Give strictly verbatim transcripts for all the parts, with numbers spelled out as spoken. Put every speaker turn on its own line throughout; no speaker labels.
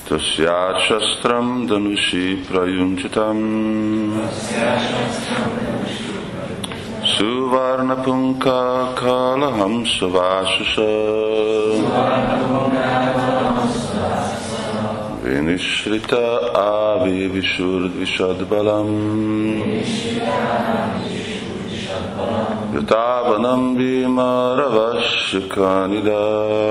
Tasyāt shastram danushi prayunchitam Suvarna punka kalaham savashasha Vinishrita avi vishurd vishadbalam Yatavanam vimaravashyakanida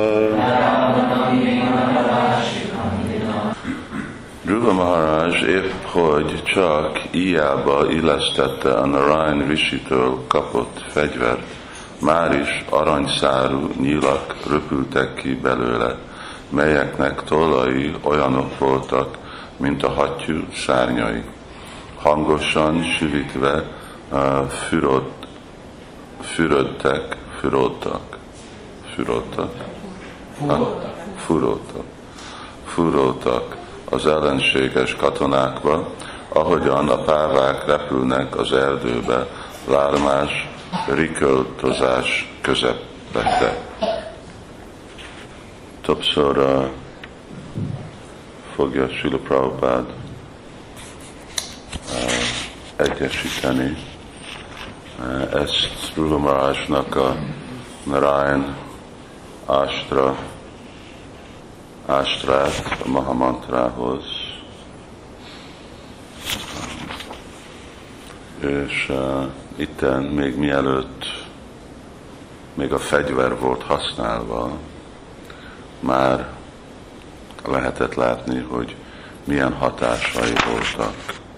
Dhruva Maharaj épp hogy csak íjába illesztette a Narayan Rishitől kapott fegyvert, már is aranyszárú nyílak röpültek ki belőle, melyeknek tollai olyanok voltak, mint a hattyú szárnyai. Hangosan sülítve uh, fürod, fürödtek, fürödtek, fürödtek, furoltak, furoltak az ellenséges katonákba, ahogyan a pávák repülnek az erdőbe, lármás, riköltozás közepette. Többször uh, fogja Srila Prabhupád uh, egyesíteni uh, ezt Dhruva Maharajnak a Narayan Astra Astrát a Mahamantrához. És uh, itten még mielőtt még a fegyver volt használva, már lehetett látni, hogy milyen hatásai voltak.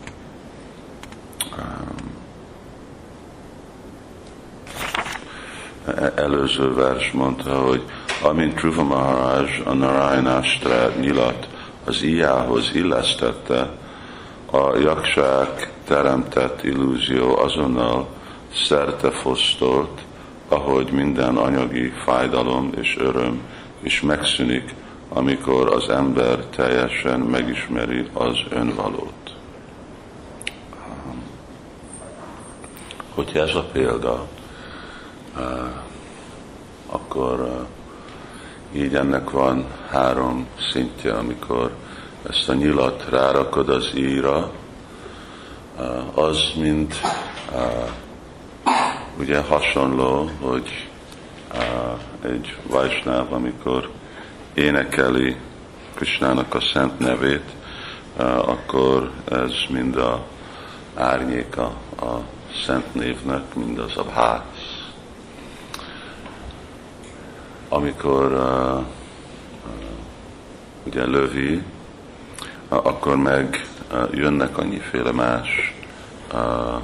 Um, előző vers mondta, hogy amint Dhruva Maharaj a Narayana nyilat az íjához illesztette, a jaksák teremtett illúzió azonnal szerte fosztolt, ahogy minden anyagi fájdalom és öröm is megszűnik, amikor az ember teljesen megismeri az önvalót. Hogyha ez a példa, akkor így ennek van három szintje, amikor ezt a nyilat rárakod az íjra, az mind ugye hasonló, hogy egy Vaisnáv, amikor énekeli Krisnának a szent nevét, akkor ez mind a árnyéka a szent névnek, mind az a ház. Amikor uh, uh, ugye lövi, uh, akkor meg uh, jönnek annyiféle más uh,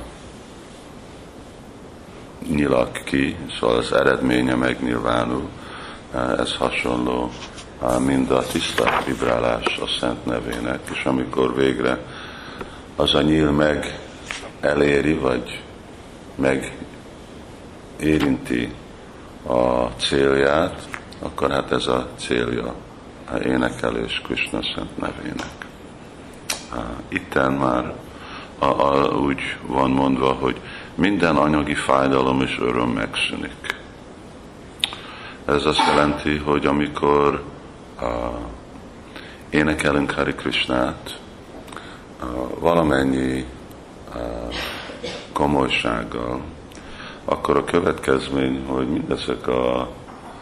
nyilak ki, szóval az eredménye megnyilvánul. Uh, ez hasonló, uh, mind a tiszta vibrálás a szent nevének, és amikor végre az a nyíl meg eléri, vagy meg érinti a célját, akkor hát ez a célja a énekelés Krishna szent nevének. Itten már a, a, úgy van mondva, hogy minden anyagi fájdalom és öröm megszűnik. Ez azt jelenti, hogy amikor a, énekelünk Hare Krishnát, a, valamennyi a, komolysággal, akkor a következmény, hogy mindezek a, a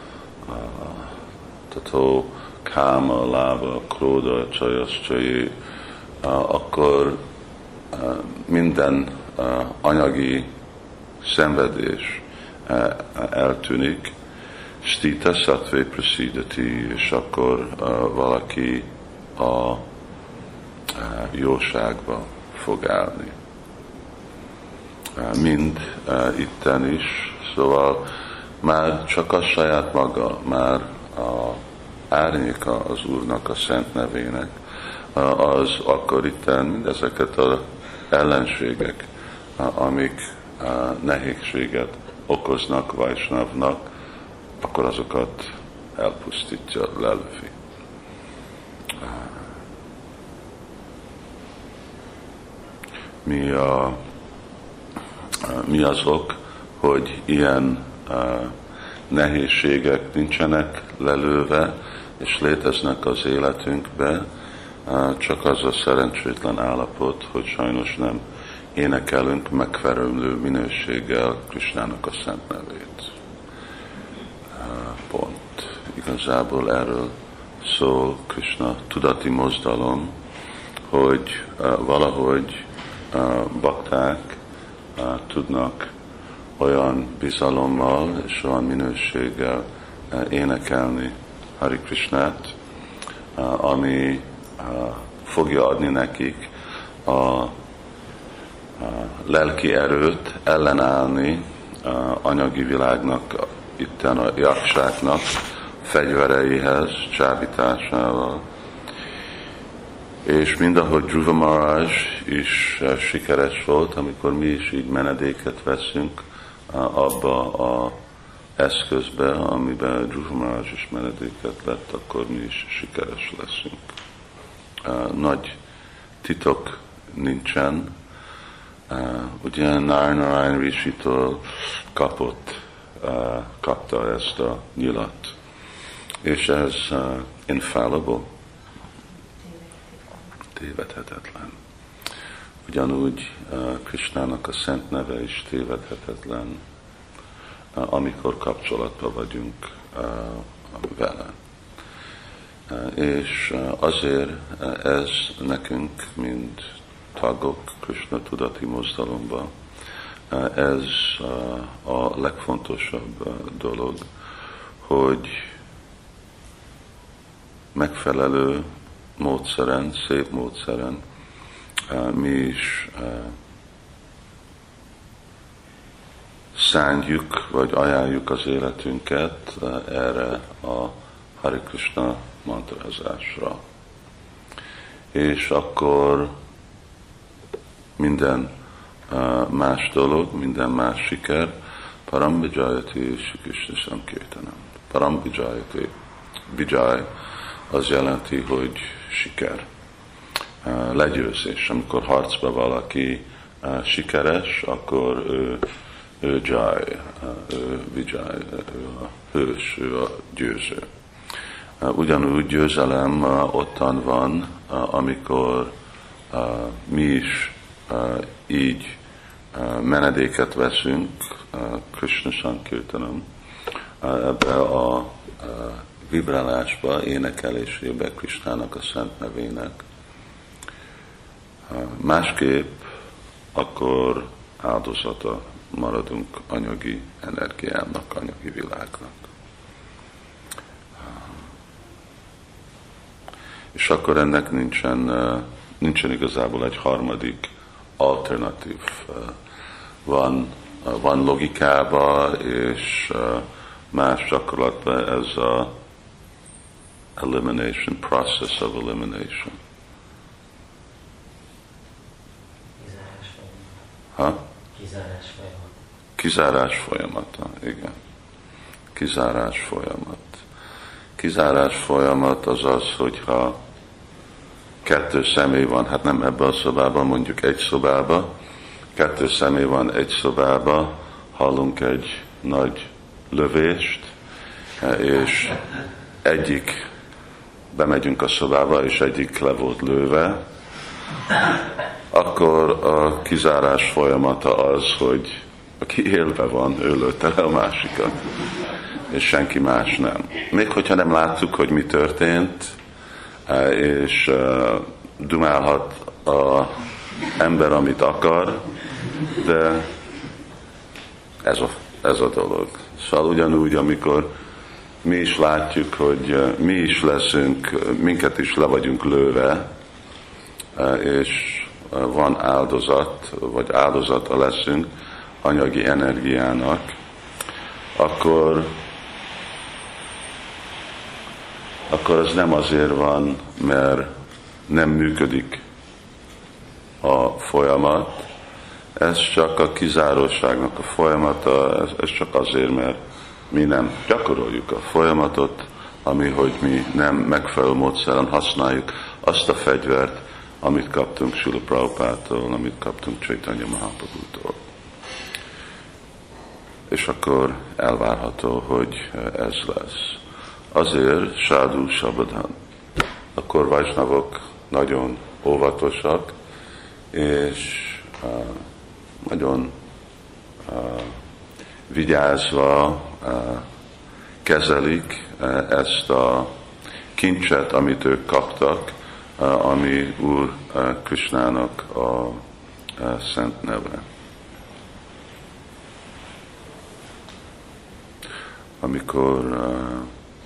tató, káma, láva, króda, csajaszcsai, akkor a, minden a, anyagi szenvedés a, eltűnik, stita sattvé prasidati, és akkor a, valaki a, a jóságba fog állni. Mind uh, itten is, szóval már csak a saját maga, már a árnyéka az Úrnak a szent nevének, uh, az akkor itten mindezeket az ellenségek, uh, amik uh, nehézséget okoznak Vaisnavnak, akkor azokat elpusztítja, lelövi. Uh, mi a Mi az ok, hogy ilyen uh, nehézségek nincsenek lelőve, és léteznek az életünkbe, csak az a szerencsétlen állapot, hogy sajnos nem énekelünk megfelelő minőséggel Krisnának a szent nevét. Pont. Igazából erről szól Krishna tudati mozdalom, hogy valahogy bakták tudnak olyan bizalommal és olyan minőséggel énekelni Hari Krishnát, ami fogja adni nekik a lelki erőt ellenállni anyagi világnak, itten a jaksáknak fegyvereihez, csábításával. És mindahogy Dhruva Maharaj is sikeres volt, amikor mi is így menedéket veszünk abba az eszközbe, amiben Dhruva Maharaj is menedéket vett, akkor mi is sikeres leszünk. Nagy titok nincsen. Ugye Narayan Rishitől kapott, kapta ezt a nyilat. És ez infallible, tévedhetetlen. Ugyanúgy Krishnának a szent neve is tévedhetetlen, amikor kapcsolatban vagyunk vele. És azért ez nekünk, mint tagok Krishna tudati mozdalomban, ez a legfontosabb dolog, hogy megfelelő módszeren, szép módszeren mi is szánjuk, vagy ajánljuk az életünket erre a Hare Krishna mantrázásra. És akkor minden más dolog, minden más siker, Param Vijayati Krishna Sankirtanam. Param Vijayati, Vijay, az jelenti, hogy siker, legyőzés. Amikor harcban valaki sikeres, akkor ő, ő Jai, ő Vijay, ő a hős, ő a győző. Ugyanúgy győzelem ottan van, amikor mi is így menedéket veszünk Krishna Sankirtanam, ebbe a vibrálásba, énekelésébe Krishnának a szent nevének. Másképp akkor áldozata maradunk anyagi energiának, anyagi világnak. És akkor ennek nincsen, nincsen igazából egy harmadik alternatív. Van, van logikába, és más gyakorlatban ez a elimination, process of elimination. Ha?
Kizárás folyamat.
Kizárás folyamata, igen. Kizárás folyamat. Kizárás folyamat az az, hogyha kettő személy van, hát nem ebben a szobában, mondjuk egy szobában, kettő személy van egy szobában, hallunk egy nagy lövést, és egyik bemegyünk a szobába, és egyik le volt lőve, akkor a kizárás folyamata az, hogy aki élve van, ő lőtte le a másikat, és senki más nem. Még hogyha nem láttuk, hogy mi történt, és dumálhat az ember, amit akar, de ez a, ez a dolog. Szóval ugyanúgy, amikor mi is látjuk, hogy mi is leszünk, minket is le vagyunk lőve, és van áldozat, vagy áldozata leszünk anyagi energiának, akkor, akkor ez nem azért van, mert nem működik a folyamat, ez csak a kizáróságnak a folyamata, ez, ez csak azért, mert mi nem gyakoroljuk a folyamatot, ami, hogy mi nem megfelelő módszeren használjuk azt a fegyvert, amit kaptunk Srila Prabhupától, amit kaptunk Chaitanya Mahaprabhutól. És akkor elvárható, hogy ez lesz. Azért Sádu Sabadhan. Akkor Vajsnavok nagyon óvatosak, és uh, nagyon uh, vigyázva uh, kezelik uh, ezt a kincset, amit ők kaptak, uh, ami Úr uh, Krisnának a uh, szent neve. Amikor uh,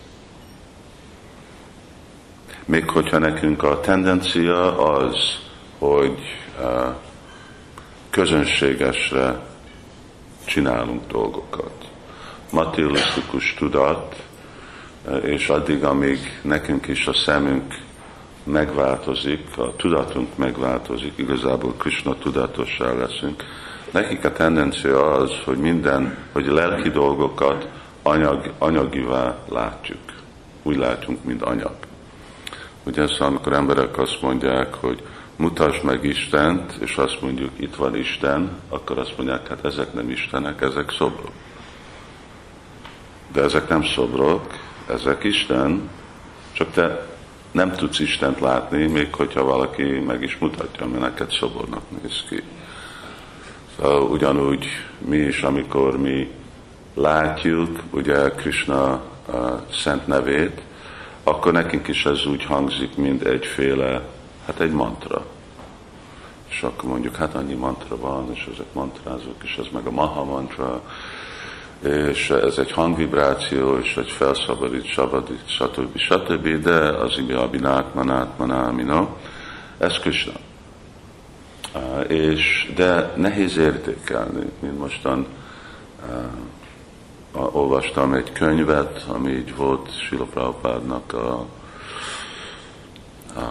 még hogyha nekünk a tendencia az, hogy uh, közönségesre csinálunk dolgokat. Materialisztikus tudat, uh, és addig, amíg nekünk is a szemünk megváltozik, a tudatunk megváltozik, igazából Krishna tudatossá leszünk. Nekik a tendencia az, hogy minden, hogy lelki dolgokat anyag, anyagivá látjuk. Úgy látjuk, mint anyag. Ugye szóval, amikor emberek azt mondják, hogy mutasd meg Istent, és azt mondjuk, itt van Isten, akkor azt mondják, hát ezek nem Istenek, ezek szobrok. De ezek nem szobrok, ezek Isten, csak te nem tudsz Istent látni, még hogyha valaki meg is mutatja, mert neked szobornak néz ki. Szóval ugyanúgy mi is, amikor mi látjuk, ugye Krishna uh, szent nevét, akkor nekünk is ez úgy hangzik, mint egyféle, hát egy mantra. És akkor mondjuk, hát annyi mantra van, és ezek mantrázók, és ez meg a Maha mantra, és ez egy hangvibráció, és egy felszabadít, sabadít, stb. stb. De az imi abinát, manát, manámino, ez Krishna. És, de nehéz értékelni, mint mostan uh, olvastam egy könyvet, ami így volt Srila Prabhupádnak a, a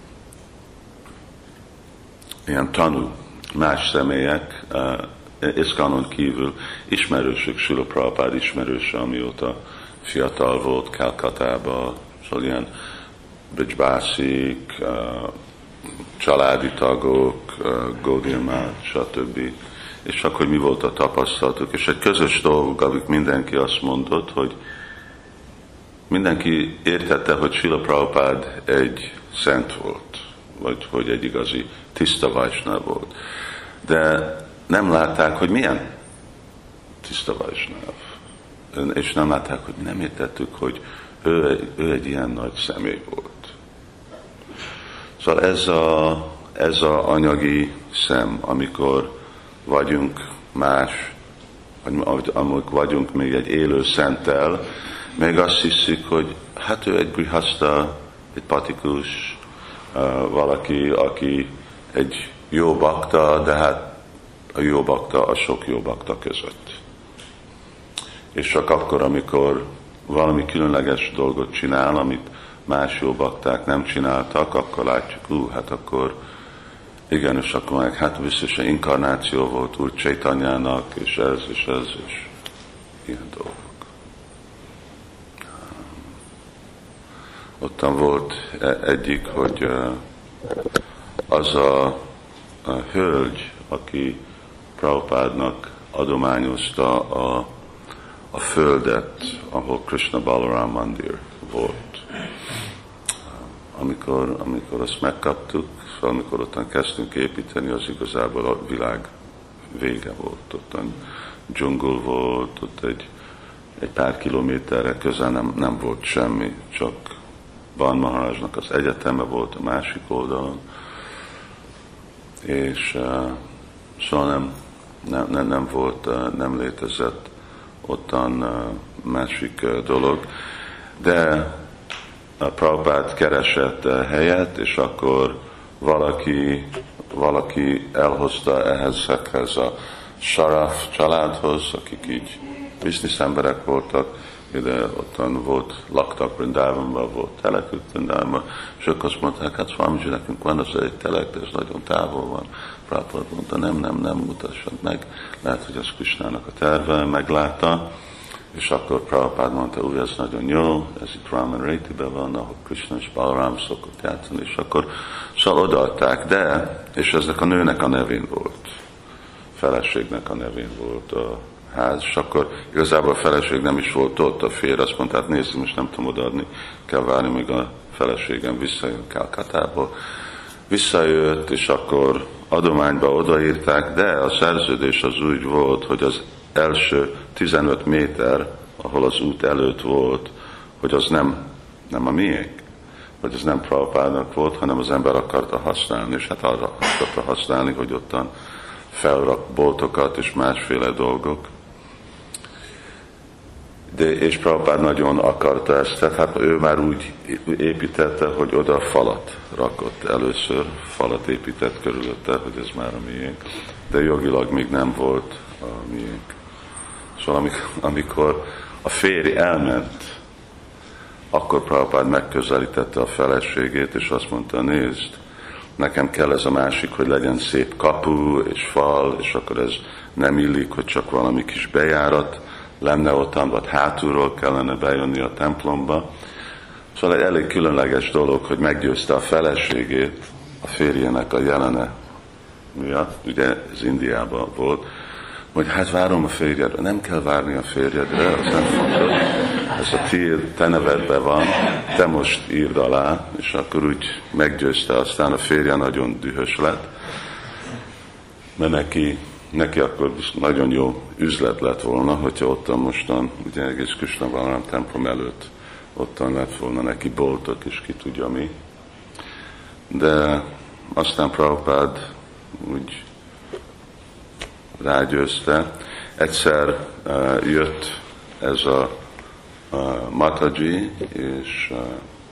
ilyen tanú, más személyek, uh, ISKCON-on kívül ismerősök, Srila Prabhupád ismerőse, amióta fiatal volt Calcuttába, szóval ilyen Brijbászik, uh, családi tagok, uh, Gaudiya Math, stb. És akkor mi volt a tapasztalatuk, és egy közös dolguk, amik mindenki azt mondott, hogy mindenki értette, hogy Srila Prabhupád egy szent volt, vagy hogy egy igazi tiszta vajsnáv volt. De nem látták, hogy milyen tiszta vajsnáv. És nem látták, hogy nem értettük, hogy ő, ő egy ilyen nagy személy volt. Szóval ez a, ez a anyagi szem, amikor vagyunk más, amikor vagyunk még egy élő szenttel, még azt hiszik, hogy hát ő egy grihaszta, egy patikus, valaki, aki egy jó bakta, de hát a jó bakta a sok jó bakta között. És csak akkor, amikor valami különleges dolgot csinál, amit más jó bakták nem csináltak, akkor látjuk, ú, hát akkor igen, és akkor meg hát biztos, hogy inkarnáció volt Úr Chaitanyának, és ez, és ez, és ilyen dolgok. Ottan volt egyik, hogy az a, a hölgy, aki Prabhupádnak adományozta a, a földet, ahol Krishna Balaram Mandir volt. Amikor, amikor azt megkaptuk, szóval amikor ottan kezdtünk építeni, az igazából a világ vége volt. Ottan dzsungul volt, ott egy, egy pár kilométerre közel nem, nem volt semmi, csak Van Maharajnak az egyeteme volt a másik oldalon, és uh, szóval nem, nem, nem, nem volt, uh, nem létezett ottan uh, másik uh, dolog, de a Prabhupád keresett uh, helyet, és akkor valaki, valaki elhozta ehhez a Saraf családhoz, akik így bizniszemberek voltak, ide ottan volt, laktak Vrindávonban, volt telekük Vrindávonban, és ők azt mondták, hát Swamiji, nekünk van az egy telek, de ez nagyon távol van. Prabhupád mondta, nem, nem, nem mutassad meg, lehet, hogy az Krishnának a terve, meglátta, és akkor Prabhupád mondta, úgy ez nagyon jó, ez itt Raman Rétiben van, ahol Krishna és Balaram szokott játszani, és akkor szóval odaadták, de, és eznek a nőnek a nevén volt, feleségnek a nevén volt a ház, és akkor igazából a feleség nem is volt ott, a férj azt mondta, hát nézd, most nem tudom odaadni, kell várni, még a feleségem visszajön Kálkatából. Visszajött, és akkor adományba odaírták, de a szerződés az úgy volt, hogy az első tizenöt méter, ahol az út előtt volt, hogy az nem, nem a miénk, hogy az nem Prabhupádnak volt, hanem az ember akarta használni, és hát arra akarta használni, hogy ottan felrak boltokat és másféle dolgok. De, és Prabhupád nagyon akarta ezt, tehát hát ő már úgy építette, hogy oda falat rakott először, falat épített körülötte, hogy ez már a miénk, de jogilag még nem volt a miénk. Szóval amikor a férj elment, akkor Prabhupád megközelítette a feleségét, és azt mondta, nézd, nekem kell ez a másik, hogy legyen szép kapu és fal, és akkor ez nem illik, hogy csak valami kis bejárat lenne ottan, vagy hátulról kellene bejönni a templomba. Szóval egy elég különleges dolog, hogy meggyőzte a feleségét a férjének a jelene miatt, ugye ez Indiában volt, hogy hát várom a férjedre, nem kell várni a férjedre, az nem fontos, ez a ti, te nevedben van, te most írd alá, és akkor úgy meggyőzte, aztán a férje nagyon dühös lett, mert neki, neki akkor nagyon jó üzlet lett volna, hogyha ottan mostan, ugye egész Krishna Balaram templom előtt ottan lett volna neki boltok, és ki tudja mi. De aztán Prabhupád úgy rágyőzte. Egyszer uh, jött ez a uh, Mataji, és, uh,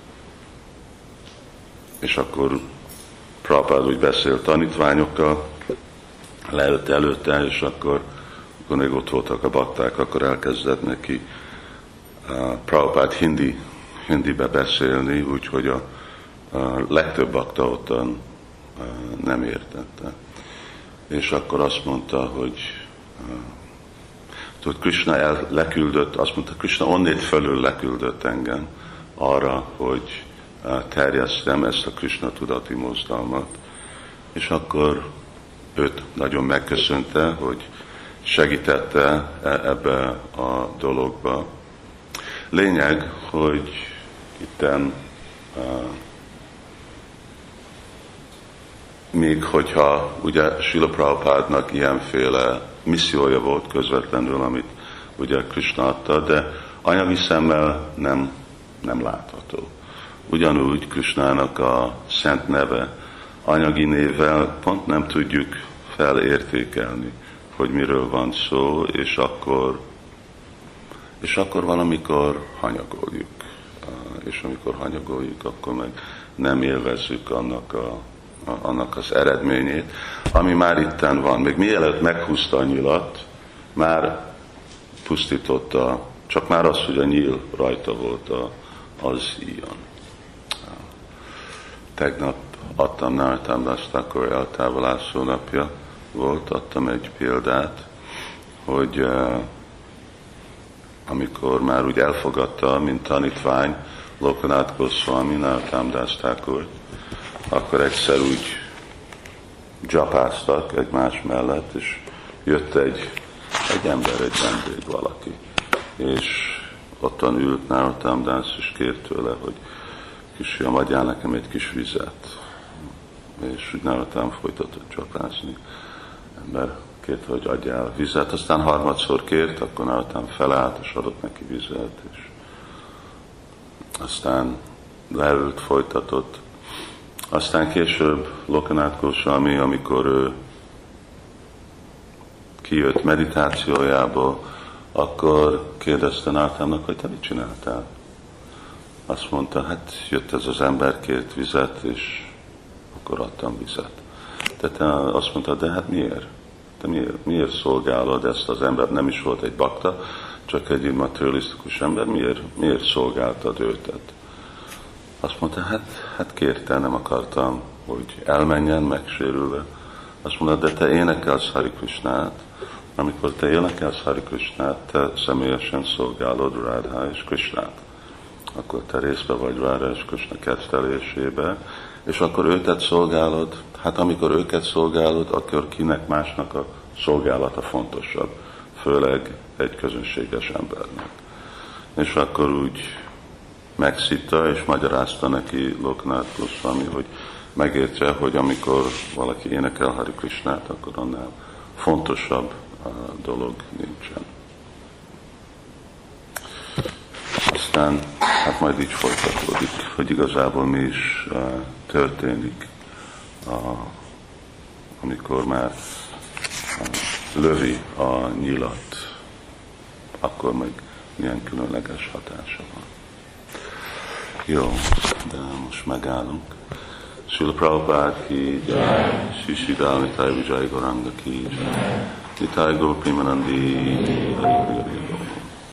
és akkor Prabhupád úgy beszélt tanítványokkal, leült előtte, és akkor, akkor még ott voltak a bakták, akkor elkezdett neki uh, Prabhupád hindi, hindibe beszélni, úgyhogy a, a legtöbb bakta ottan uh, nem értette. És akkor azt mondta, hogy uh, tudod, Krishna el, leküldött, azt mondta, Krishna onnét fölül leküldött engem arra, hogy uh, terjesztem ezt a Krishna tudati mozdalmat. És akkor őt nagyon megköszönte, hogy segítette ebbe a dologba. Lényeg, hogy itten uh, még hogyha ugye Srila Prabhupádnak ilyenféle missziója volt közvetlenül, amit ugye Krishna adta, de anyagi szemmel nem, nem látható. Ugyanúgy Krishnának a szent neve, anyagi névvel pont nem tudjuk felértékelni, hogy miről van szó, és akkor, és akkor valamikor hanyagoljuk. És amikor hanyagoljuk, akkor meg nem élvezzük annak a annak az eredményét, ami már itten van. Még mielőtt meghúzta a nyilat, már pusztította, csak már az, hogy a nyíl rajta volt, a, az ilyen. Tegnap adtam Narottam Das Thakur eltávolású napja volt, adtam egy példát, hogy uh, amikor már úgy elfogadta, mint tanítvány, Lokanath Goswami Narottam Das Thakur, akkor egyszer úgy dzsapáztak egymás mellett, és jött egy, egy ember, egy vendég valaki, és ottan ült Narottam Das, és kért tőle, hogy kisfiam, adjál nekem egy kis vizet. És úgy Narottam folytatott dzsapázni. Ember kért, hogy adjál vizet, aztán harmadszor kért, akkor Narottam felállt, és adott neki vizet, és aztán leült, folytatott. Aztán később Lokanath Goswami, amikor ő kijött meditációjából, akkor kérdezte Narottamnak, hogy te mit csináltál? Azt mondta, hát jött ez az ember, kért vizet, és akkor adtam vizet. Tehát azt mondta, de hát miért? Te miért, miért szolgálod ezt az ember? Nem is volt egy bakta, csak egy materialisztikus ember, miért, miért szolgáltad őtet? Azt mondta, hát, hát kérte, nem akartam, hogy elmenjen megsérülve. Azt mondta, de te énekelsz Hari Krishnát, amikor te énekelsz Hari Krishnát, te személyesen szolgálod Radha és Krishnát. Akkor te részbe vagy Radha és Krishna kettelésébe, és akkor őket szolgálod, hát amikor őket szolgálod, akkor kinek másnak a szolgálata megszitta, és magyarázta neki Loknath Goswami, hogy megértse, hogy amikor valaki énekel Hare Krishnát, akkor annál fontosabb uh, dolog nincsen. Aztán hát majd így folytatódik, hogy igazából mi is uh, történik, uh, amikor már uh, lövi a nyilat, akkor meg milyen különleges hatása van. Jó, de most megállunk. Srila Prabhupada ki jai, Sri Sri Dharmitai Vijay Gauranga ki jai, Nitai Gaur Premanandi, Hari Hari Hari.